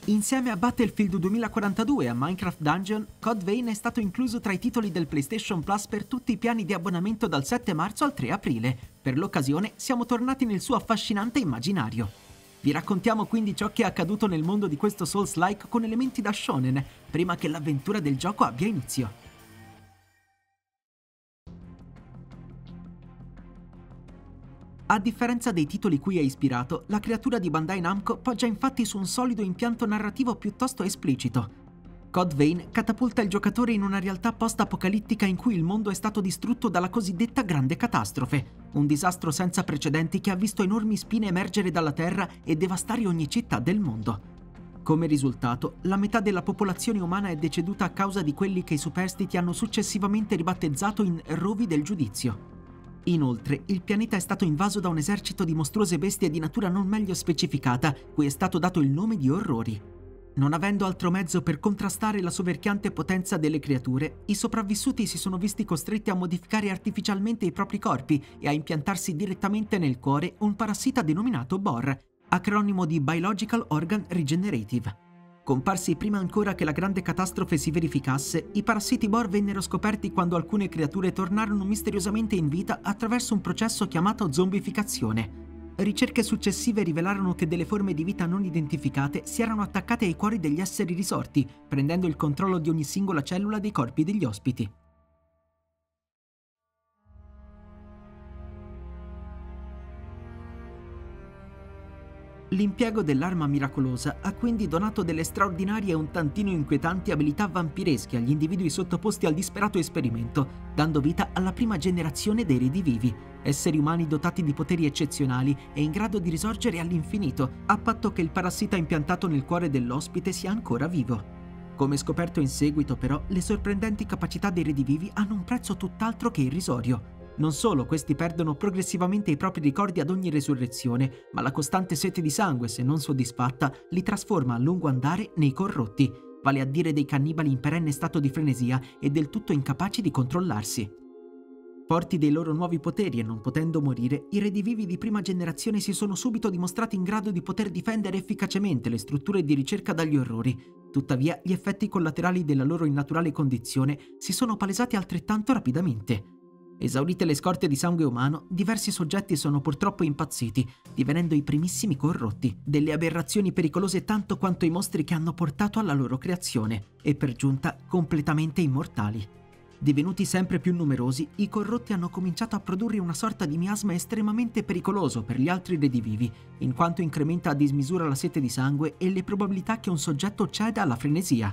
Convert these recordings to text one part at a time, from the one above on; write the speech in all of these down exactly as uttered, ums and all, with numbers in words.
Insieme a Battlefield duemilaquarantadue e a Minecraft Dungeon, Code Vein è stato incluso tra i titoli del PlayStation Plus per tutti i piani di abbonamento dal sette marzo al tre aprile. Per l'occasione siamo tornati nel suo affascinante immaginario. Vi raccontiamo quindi ciò che è accaduto nel mondo di questo Souls-like con elementi da shonen, prima che l'avventura del gioco abbia inizio. A differenza dei titoli cui è ispirato, la creatura di Bandai Namco poggia infatti su un solido impianto narrativo piuttosto esplicito. Code Vein catapulta il giocatore in una realtà post-apocalittica in cui il mondo è stato distrutto dalla cosiddetta Grande Catastrofe, un disastro senza precedenti che ha visto enormi spine emergere dalla terra e devastare ogni città del mondo. Come risultato, la metà della popolazione umana è deceduta a causa di quelli che i superstiti hanno successivamente ribattezzato in rovi del giudizio. Inoltre, il pianeta è stato invaso da un esercito di mostruose bestie di natura non meglio specificata, cui è stato dato il nome di orrori. Non avendo altro mezzo per contrastare la soverchiante potenza delle creature, i sopravvissuti si sono visti costretti a modificare artificialmente i propri corpi e a impiantarsi direttamente nel cuore un parassita denominato B O R, acronimo di Biological Organ Regenerative. Comparsi prima ancora che la grande catastrofe si verificasse, i parassiti B O R vennero scoperti quando alcune creature tornarono misteriosamente in vita attraverso un processo chiamato zombificazione. Ricerche successive rivelarono che delle forme di vita non identificate si erano attaccate ai cuori degli esseri risorti, prendendo il controllo di ogni singola cellula dei corpi degli ospiti. L'impiego dell'arma miracolosa ha quindi donato delle straordinarie e un tantino inquietanti abilità vampiresche agli individui sottoposti al disperato esperimento, dando vita alla prima generazione dei redivivi, esseri umani dotati di poteri eccezionali e in grado di risorgere all'infinito, a patto che il parassita impiantato nel cuore dell'ospite sia ancora vivo. Come scoperto in seguito, però, le sorprendenti capacità dei redivivi hanno un prezzo tutt'altro che irrisorio. Non solo questi perdono progressivamente i propri ricordi ad ogni resurrezione, ma la costante sete di sangue, se non soddisfatta, li trasforma a lungo andare nei corrotti, vale a dire dei cannibali in perenne stato di frenesia e del tutto incapaci di controllarsi. Forti dei loro nuovi poteri e non potendo morire, i redivivi di prima generazione si sono subito dimostrati in grado di poter difendere efficacemente le strutture di ricerca dagli orrori. Tuttavia, gli effetti collaterali della loro innaturale condizione si sono palesati altrettanto rapidamente. Esaurite le scorte di sangue umano, diversi soggetti sono purtroppo impazziti, divenendo i primissimi corrotti, delle aberrazioni pericolose tanto quanto i mostri che hanno portato alla loro creazione, e per giunta completamente immortali. Divenuti sempre più numerosi, i corrotti hanno cominciato a produrre una sorta di miasma estremamente pericoloso per gli altri redivivi, in quanto incrementa a dismisura la sete di sangue e le probabilità che un soggetto ceda alla frenesia.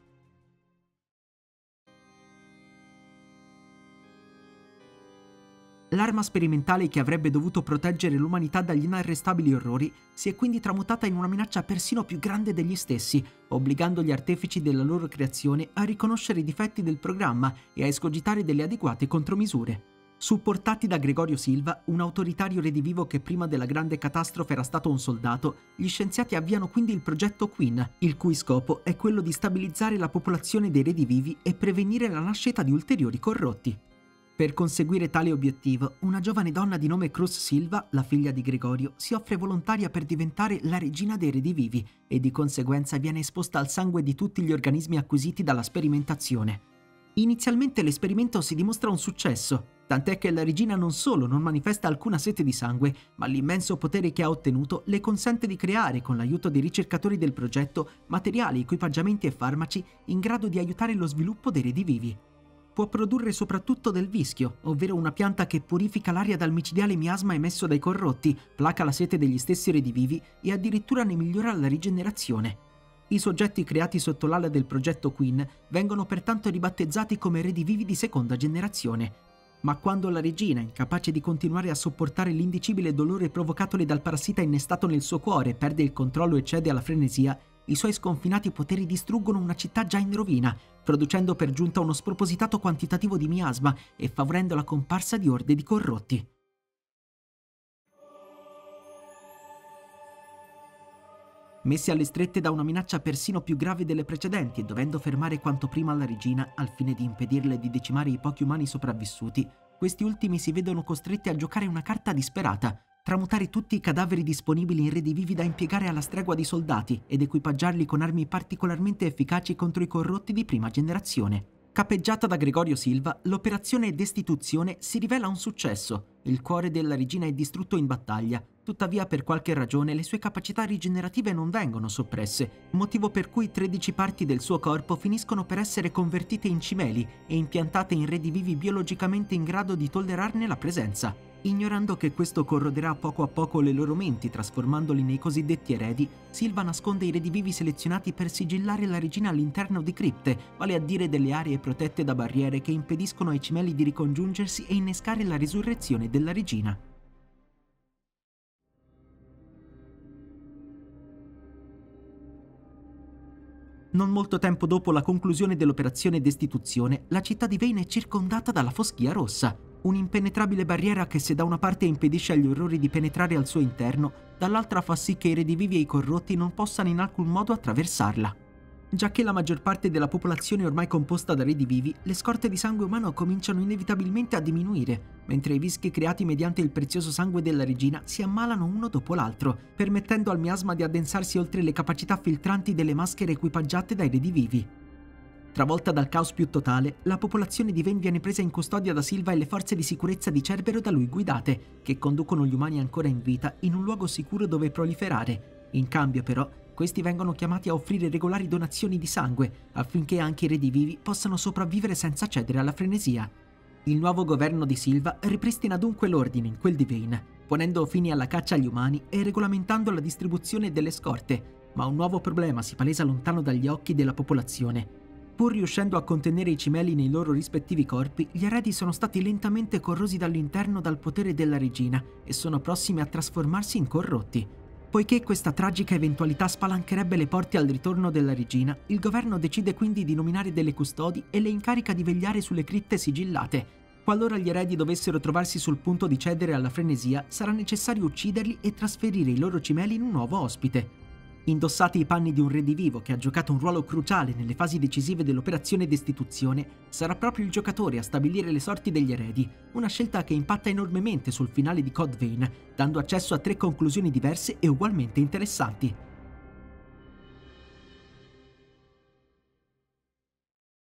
L'arma sperimentale che avrebbe dovuto proteggere l'umanità dagli inarrestabili orrori si è quindi tramutata in una minaccia persino più grande degli stessi, obbligando gli artefici della loro creazione a riconoscere i difetti del programma e a escogitare delle adeguate contromisure. Supportati da Gregorio Silva, un autoritario redivivo che prima della grande catastrofe era stato un soldato, gli scienziati avviano quindi il progetto Queen, il cui scopo è quello di stabilizzare la popolazione dei redivivi e prevenire la nascita di ulteriori corrotti. Per conseguire tale obiettivo, una giovane donna di nome Cruz Silva, la figlia di Gregorio, si offre volontaria per diventare la regina dei redivivi e di conseguenza viene esposta al sangue di tutti gli organismi acquisiti dalla sperimentazione. Inizialmente l'esperimento si dimostra un successo, tant'è che la regina non solo non manifesta alcuna sete di sangue, ma l'immenso potere che ha ottenuto le consente di creare, con l'aiuto dei ricercatori del progetto, materiali, equipaggiamenti e farmaci in grado di aiutare lo sviluppo dei redivivi. Può produrre soprattutto del vischio, ovvero una pianta che purifica l'aria dal micidiale miasma emesso dai corrotti, placa la sete degli stessi redivivi e addirittura ne migliora la rigenerazione. I soggetti creati sotto l'ala del progetto Queen vengono pertanto ribattezzati come redivivi di seconda generazione. Ma quando la regina, incapace di continuare a sopportare l'indicibile dolore provocatole dal parassita innestato nel suo cuore, perde il controllo e cede alla frenesia, i suoi sconfinati poteri distruggono una città già in rovina, producendo per giunta uno spropositato quantitativo di miasma e favorendo la comparsa di orde di corrotti. Messi alle strette da una minaccia persino più grave delle precedenti e dovendo fermare quanto prima la regina al fine di impedirle di decimare i pochi umani sopravvissuti, questi ultimi si vedono costretti a giocare una carta disperata, tramutare tutti i cadaveri disponibili in redivivi da impiegare alla stregua di soldati ed equipaggiarli con armi particolarmente efficaci contro i corrotti di prima generazione. Capeggiata da Gregorio Silva, l'operazione Destituzione si rivela un successo. Il cuore della regina è distrutto in battaglia, tuttavia per qualche ragione le sue capacità rigenerative non vengono soppresse, motivo per cui tredici parti del suo corpo finiscono per essere convertite in cimeli e impiantate in redivivi biologicamente in grado di tollerarne la presenza. Ignorando che questo corroderà poco a poco le loro menti, trasformandoli nei cosiddetti eredi, Silva nasconde i redivivi selezionati per sigillare la regina all'interno di cripte, vale a dire delle aree protette da barriere che impediscono ai cimeli di ricongiungersi e innescare la risurrezione della regina. Non molto tempo dopo la conclusione dell'operazione Destituzione, la città di Vane è circondata dalla Foschia Rossa, un'impenetrabile barriera che se da una parte impedisce agli orrori di penetrare al suo interno, dall'altra fa sì che i redivivi e i corrotti non possano in alcun modo attraversarla. Giacché la maggior parte della popolazione è ormai composta da redivivi, le scorte di sangue umano cominciano inevitabilmente a diminuire, mentre i vischi creati mediante il prezioso sangue della regina si ammalano uno dopo l'altro, permettendo al miasma di addensarsi oltre le capacità filtranti delle maschere equipaggiate dai redivivi. Travolta dal caos più totale, la popolazione di Vane viene presa in custodia da Silva e le forze di sicurezza di Cerbero da lui guidate, che conducono gli umani ancora in vita in un luogo sicuro dove proliferare. In cambio, però, questi vengono chiamati a offrire regolari donazioni di sangue, affinché anche i redivivi possano sopravvivere senza cedere alla frenesia. Il nuovo governo di Silva ripristina dunque l'ordine in quel di Vane, ponendo fine alla caccia agli umani e regolamentando la distribuzione delle scorte, ma un nuovo problema si palesa lontano dagli occhi della popolazione. Pur riuscendo a contenere i cimeli nei loro rispettivi corpi, gli eredi sono stati lentamente corrosi dall'interno dal potere della regina e sono prossimi a trasformarsi in corrotti. Poiché questa tragica eventualità spalancherebbe le porte al ritorno della regina, il governo decide quindi di nominare delle custodi e le incarica di vegliare sulle cripte sigillate. Qualora gli eredi dovessero trovarsi sul punto di cedere alla frenesia, sarà necessario ucciderli e trasferire i loro cimeli in un nuovo ospite. Indossati i panni di un redivivo che ha giocato un ruolo cruciale nelle fasi decisive dell'operazione Destituzione, sarà proprio il giocatore a stabilire le sorti degli eredi, una scelta che impatta enormemente sul finale di Code Vein, dando accesso a tre conclusioni diverse e ugualmente interessanti.